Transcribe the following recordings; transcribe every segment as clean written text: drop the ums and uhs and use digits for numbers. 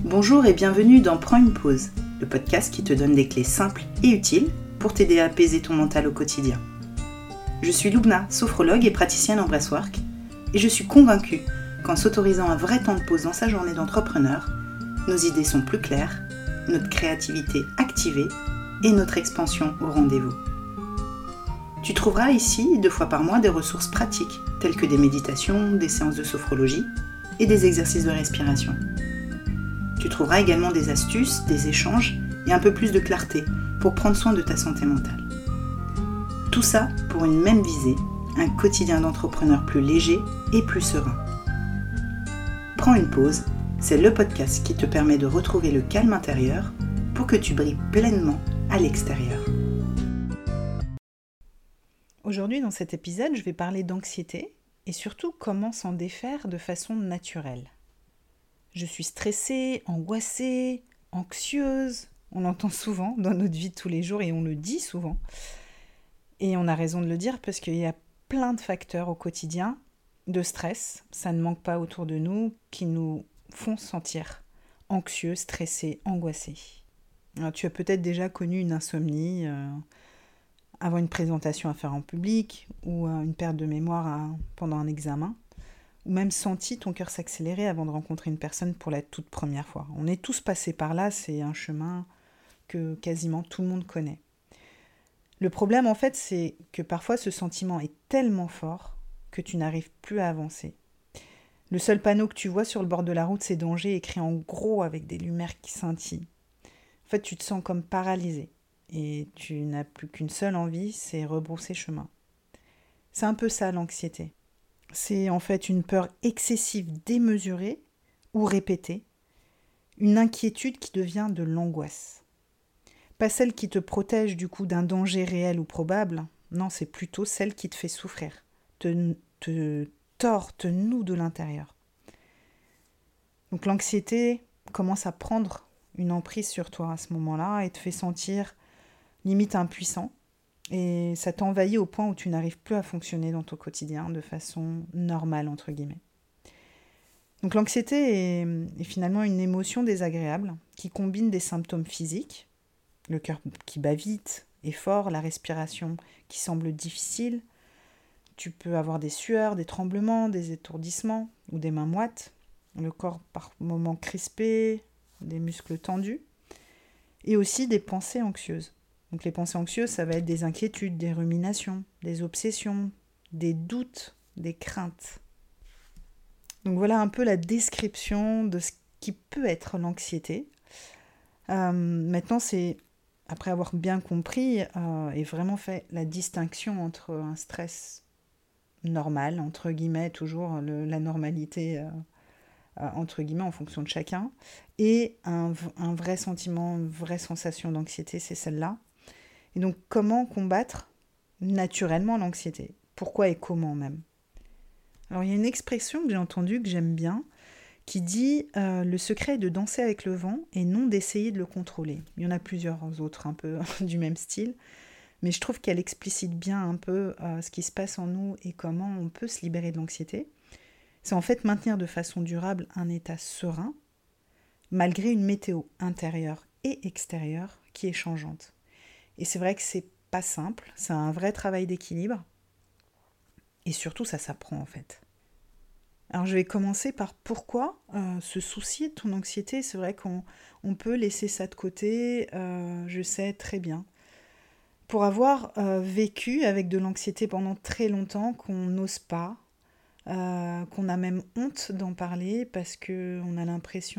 Bonjour et bienvenue dans Prends une pause, le podcast qui te donne des clés simples et utiles pour t'aider à apaiser ton mental au quotidien. Je suis Lubna, sophrologue et praticienne en breathwork, et je suis convaincue qu'en s'autorisant un vrai temps de pause dans sa journée d'entrepreneur, nos idées sont plus claires, notre créativité activée et notre expansion au rendez-vous. Tu trouveras ici, 2 fois par mois, des ressources pratiques, telles que des méditations, des séances de sophrologie et des exercices de respiration. Tu trouveras également des astuces, des échanges et un peu plus de clarté pour prendre soin de ta santé mentale. Tout ça pour une même visée, un quotidien d'entrepreneur plus léger et plus serein. Prends une pause, c'est le podcast qui te permet de retrouver le calme intérieur pour que tu brilles pleinement à l'extérieur. Aujourd'hui, dans cet épisode, je vais parler d'anxiété et surtout comment s'en défaire de façon naturelle. Je suis stressée, angoissée, anxieuse. On l'entend souvent dans notre vie de tous les jours et on le dit souvent. Et on a raison de le dire parce qu'il y a plein de facteurs au quotidien de stress, ça ne manque pas autour de nous, qui nous font sentir anxieux, stressés, angoissés. Alors, tu as peut-être déjà connu une insomnie avant une présentation à faire en public ou une perte de mémoire pendant un examen. Ou même senti ton cœur s'accélérer avant de rencontrer une personne pour la toute première fois. On est tous passés par là, c'est un chemin que quasiment tout le monde connaît. Le problème, en fait, c'est que parfois ce sentiment est tellement fort que tu n'arrives plus à avancer. Le seul panneau que tu vois sur le bord de la route, c'est danger, écrit en gros avec des lumières qui scintillent. En fait, tu te sens comme paralysé et tu n'as plus qu'une seule envie, c'est rebrousser chemin. C'est un peu ça l'anxiété. C'est en fait une peur excessive démesurée ou répétée, une inquiétude qui devient de l'angoisse. Pas celle qui te protège du coup d'un danger réel ou probable, non, c'est plutôt celle qui te fait souffrir, te tord, te noue de l'intérieur. Donc l'anxiété commence à prendre une emprise sur toi à ce moment-là et te fait sentir limite impuissant. Et ça t'envahit au point où tu n'arrives plus à fonctionner dans ton quotidien de façon normale, entre guillemets. Donc l'anxiété est finalement une émotion désagréable qui combine des symptômes physiques, le cœur qui bat vite et fort, la respiration qui semble difficile. Tu peux avoir des sueurs, des tremblements, des étourdissements ou des mains moites, le corps par moments crispé, des muscles tendus, et aussi des pensées anxieuses. Donc les pensées anxieuses, ça va être des inquiétudes, des ruminations, des obsessions, des doutes, des craintes. Donc voilà un peu la description de ce qui peut être l'anxiété. Maintenant, c'est, après avoir bien compris et vraiment fait la distinction entre un stress normal, entre guillemets, toujours la normalité, entre guillemets, en fonction de chacun, et un vrai sentiment, une vraie sensation d'anxiété, c'est celle-là. Et donc, comment combattre naturellement l'anxiété ? Pourquoi et comment même ? Alors, il y a une expression que j'ai entendue, que j'aime bien, qui dit le secret est de danser avec le vent et non d'essayer de le contrôler. Il y en a plusieurs autres un peu du même style, mais je trouve qu'elle explicite bien un peu ce qui se passe en nous et comment on peut se libérer de l'anxiété. C'est en fait maintenir de façon durable un état serein, malgré une météo intérieure et extérieure qui est changeante. Et c'est vrai que c'est pas simple, c'est un vrai travail d'équilibre. Et surtout, ça s'apprend en fait. Alors je vais commencer par pourquoi se soucier de ton anxiété. C'est vrai qu'on peut laisser ça de côté, je sais très bien. Pour avoir vécu avec de l'anxiété pendant très longtemps, qu'on n'ose pas, qu'on a même honte d'en parler parce qu'on a l'impression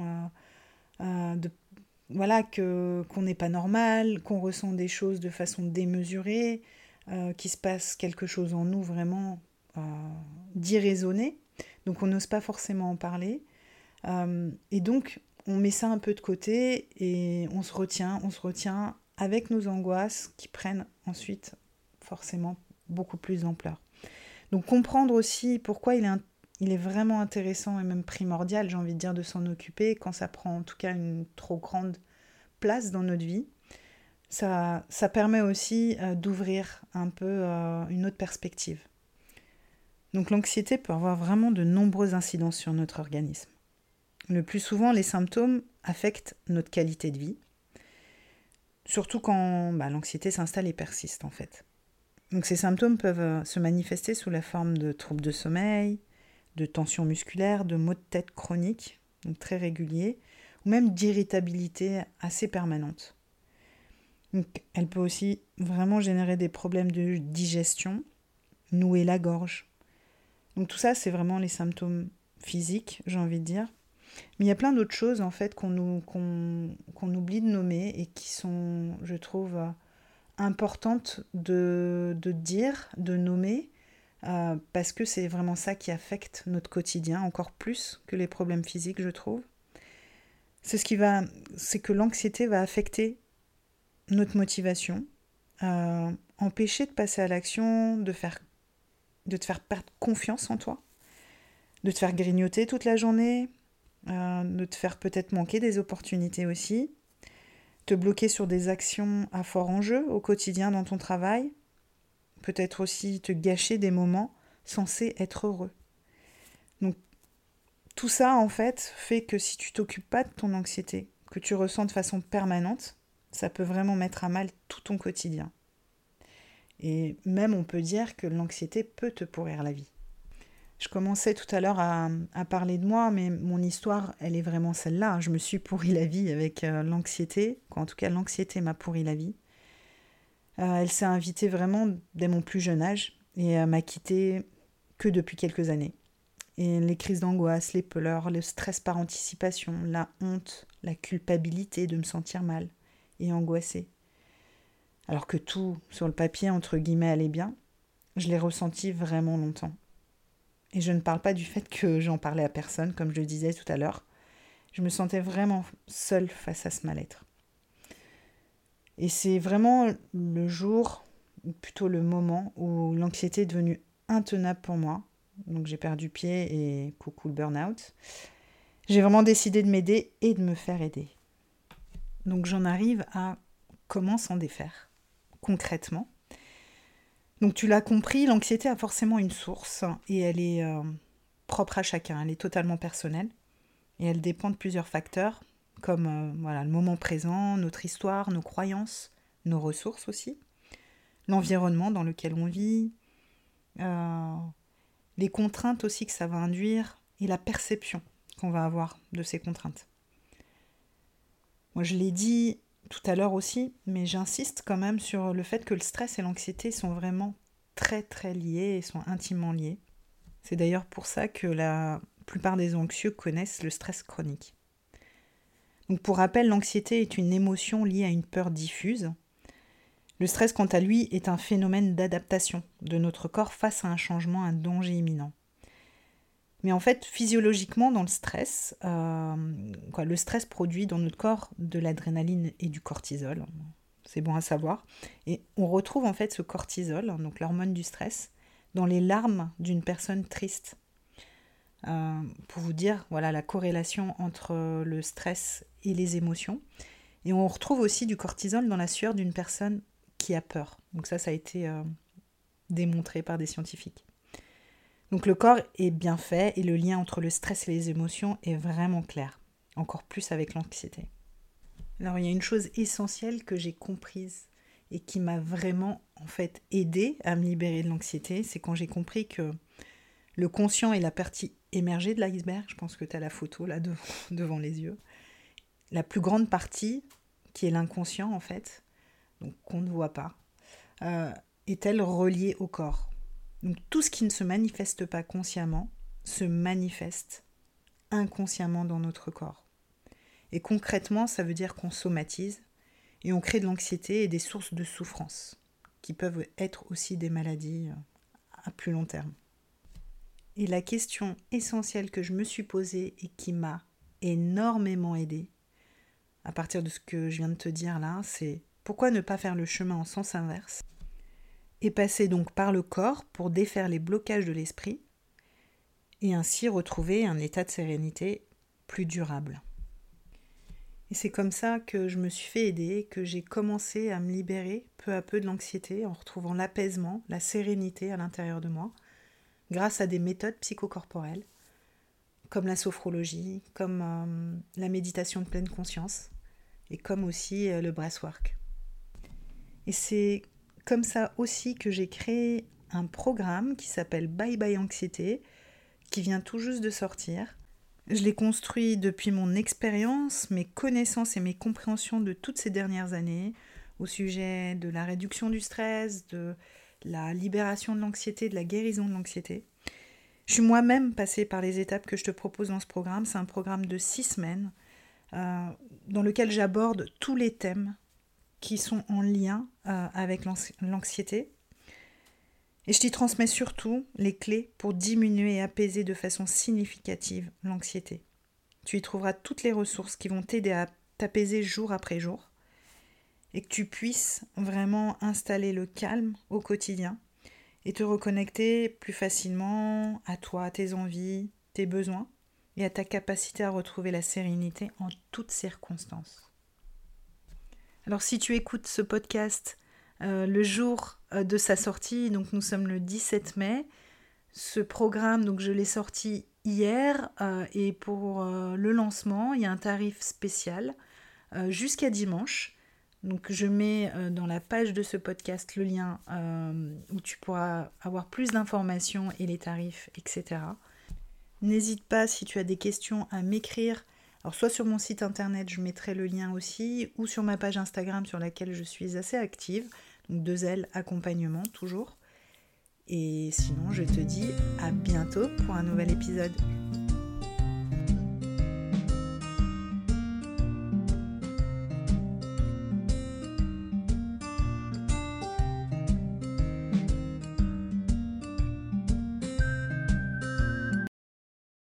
de voilà, qu'on n'est pas normal, qu'on ressent des choses de façon démesurée, qu'il se passe quelque chose en nous vraiment d'irraisonné. Donc on n'ose pas forcément en parler. Et donc on met ça un peu de côté et on se retient avec nos angoisses qui prennent ensuite forcément beaucoup plus d'ampleur. Donc comprendre aussi pourquoi il est vraiment intéressant et même primordial, j'ai envie de dire, de s'en occuper quand ça prend en tout cas une trop grande place dans notre vie. Ça permet aussi d'ouvrir un peu une autre perspective. Donc l'anxiété peut avoir vraiment de nombreuses incidences sur notre organisme. Le plus souvent, les symptômes affectent notre qualité de vie, surtout quand l'anxiété s'installe et persiste en fait. Donc ces symptômes peuvent se manifester sous la forme de troubles de sommeil, de tensions musculaires, de maux de tête chroniques, donc très réguliers, ou même d'irritabilité assez permanente. Donc, elle peut aussi vraiment générer des problèmes de digestion, nouer la gorge. Donc tout ça, c'est vraiment les symptômes physiques, j'ai envie de dire. Mais il y a plein d'autres choses en fait qu'on oublie de nommer et qui sont, je trouve, importantes de dire, de nommer, parce que c'est vraiment ça qui affecte notre quotidien, encore plus que les problèmes physiques, je trouve. C'est que l'anxiété va affecter notre motivation, empêcher de passer à l'action, de te faire perdre confiance en toi, de te faire grignoter toute la journée, de te faire peut-être manquer des opportunités aussi, te bloquer sur des actions à fort enjeu au quotidien dans ton travail, peut-être aussi te gâcher des moments censés être heureux. Donc tout ça en fait fait que si tu t'occupes pas de ton anxiété, que tu ressens de façon permanente, ça peut vraiment mettre à mal tout ton quotidien. Et même on peut dire que l'anxiété peut te pourrir la vie. Je commençais tout à l'heure à parler de moi, mais mon histoire, elle est vraiment celle-là. Je me suis pourri la vie avec l'anxiété. En tout cas, l'anxiété m'a pourri la vie. Elle s'est invitée vraiment dès mon plus jeune âge et m'a quittée que depuis quelques années. Et les crises d'angoisse, les pleurs, le stress par anticipation, la honte, la culpabilité de me sentir mal et angoissée. Alors que tout, sur le papier, entre guillemets, allait bien, je l'ai ressenti vraiment longtemps. Et je ne parle pas du fait que j'en parlais à personne, comme je le disais tout à l'heure. Je me sentais vraiment seule face à ce mal-être. Et c'est vraiment le jour, ou plutôt le moment, où l'anxiété est devenue intenable pour moi. Donc j'ai perdu pied et coucou le burn-out. J'ai vraiment décidé de m'aider et de me faire aider. Donc j'en arrive à comment s'en défaire, concrètement. Donc tu l'as compris, l'anxiété a forcément une source et elle est propre à chacun, elle est totalement personnelle et elle dépend de plusieurs facteurs comme le moment présent, notre histoire, nos croyances, nos ressources aussi, l'environnement dans lequel on vit, les contraintes aussi que ça va induire et la perception qu'on va avoir de ces contraintes. Moi je l'ai dit tout à l'heure aussi, mais j'insiste quand même sur le fait que le stress et l'anxiété sont vraiment très très liés et sont intimement liés. C'est d'ailleurs pour ça que la plupart des anxieux connaissent le stress chronique. Donc pour rappel, l'anxiété est une émotion liée à une peur diffuse. Le stress, quant à lui, est un phénomène d'adaptation de notre corps face à un changement, un danger imminent. Mais en fait, physiologiquement, dans le stress produit dans notre corps de l'adrénaline et du cortisol. C'est bon à savoir. Et on retrouve en fait ce cortisol, donc l'hormone du stress, dans les larmes d'une personne triste. Pour vous dire, voilà la corrélation entre le stress et les émotions. Et on retrouve aussi du cortisol dans la sueur d'une personne qui a peur. Donc ça a été démontré par des scientifiques. Donc le corps est bien fait et le lien entre le stress et les émotions est vraiment clair. Encore plus avec l'anxiété. Alors il y a une chose essentielle que j'ai comprise et qui m'a vraiment en fait aidée à me libérer de l'anxiété, c'est quand j'ai compris que le conscient est la partie émergée de l'iceberg, je pense que tu as la photo là devant les yeux. La plus grande partie, qui est l'inconscient en fait, donc qu'on ne voit pas, est-elle reliée au corps. Donc tout ce qui ne se manifeste pas consciemment se manifeste inconsciemment dans notre corps. Et concrètement, ça veut dire qu'on somatise et on crée de l'anxiété et des sources de souffrance, qui peuvent être aussi des maladies à plus long terme. Et la question essentielle que je me suis posée et qui m'a énormément aidée, à partir de ce que je viens de te dire là, c'est pourquoi ne pas faire le chemin en sens inverse et passer donc par le corps pour défaire les blocages de l'esprit et ainsi retrouver un état de sérénité plus durable. Et c'est comme ça que je me suis fait aider, que j'ai commencé à me libérer peu à peu de l'anxiété en retrouvant l'apaisement, la sérénité à l'intérieur de moi, grâce à des méthodes psychocorporelles comme la sophrologie, comme la méditation de pleine conscience et comme aussi le breathwork. Et c'est comme ça aussi que j'ai créé un programme qui s'appelle Bye Bye Anxiété, qui vient tout juste de sortir. Je l'ai construit depuis mon expérience, mes connaissances et mes compréhensions de toutes ces dernières années au sujet de la réduction du stress, de la libération de l'anxiété, de la guérison de l'anxiété. Je suis moi-même passée par les étapes que je te propose dans ce programme. C'est un programme de 6 semaines dans lequel j'aborde tous les thèmes qui sont en lien avec l'anxiété. Et je t'y transmets surtout les clés pour diminuer et apaiser de façon significative l'anxiété. Tu y trouveras toutes les ressources qui vont t'aider à t'apaiser jour après jour et que tu puisses vraiment installer le calme au quotidien et te reconnecter plus facilement à toi, à tes envies, tes besoins et à ta capacité à retrouver la sérénité en toutes circonstances. Alors si tu écoutes ce podcast le jour de sa sortie, donc nous sommes le 17 mai, ce programme, donc je l'ai sorti hier et pour le lancement, il y a un tarif spécial jusqu'à dimanche. Donc je mets dans la page de ce podcast le lien où tu pourras avoir plus d'informations et les tarifs, etc. N'hésite pas si tu as des questions à m'écrire. Alors soit sur mon site internet, je mettrai le lien aussi, ou sur ma page Instagram sur laquelle je suis assez active. Donc 2L accompagnement toujours. Et sinon, je te dis à bientôt pour un nouvel épisode.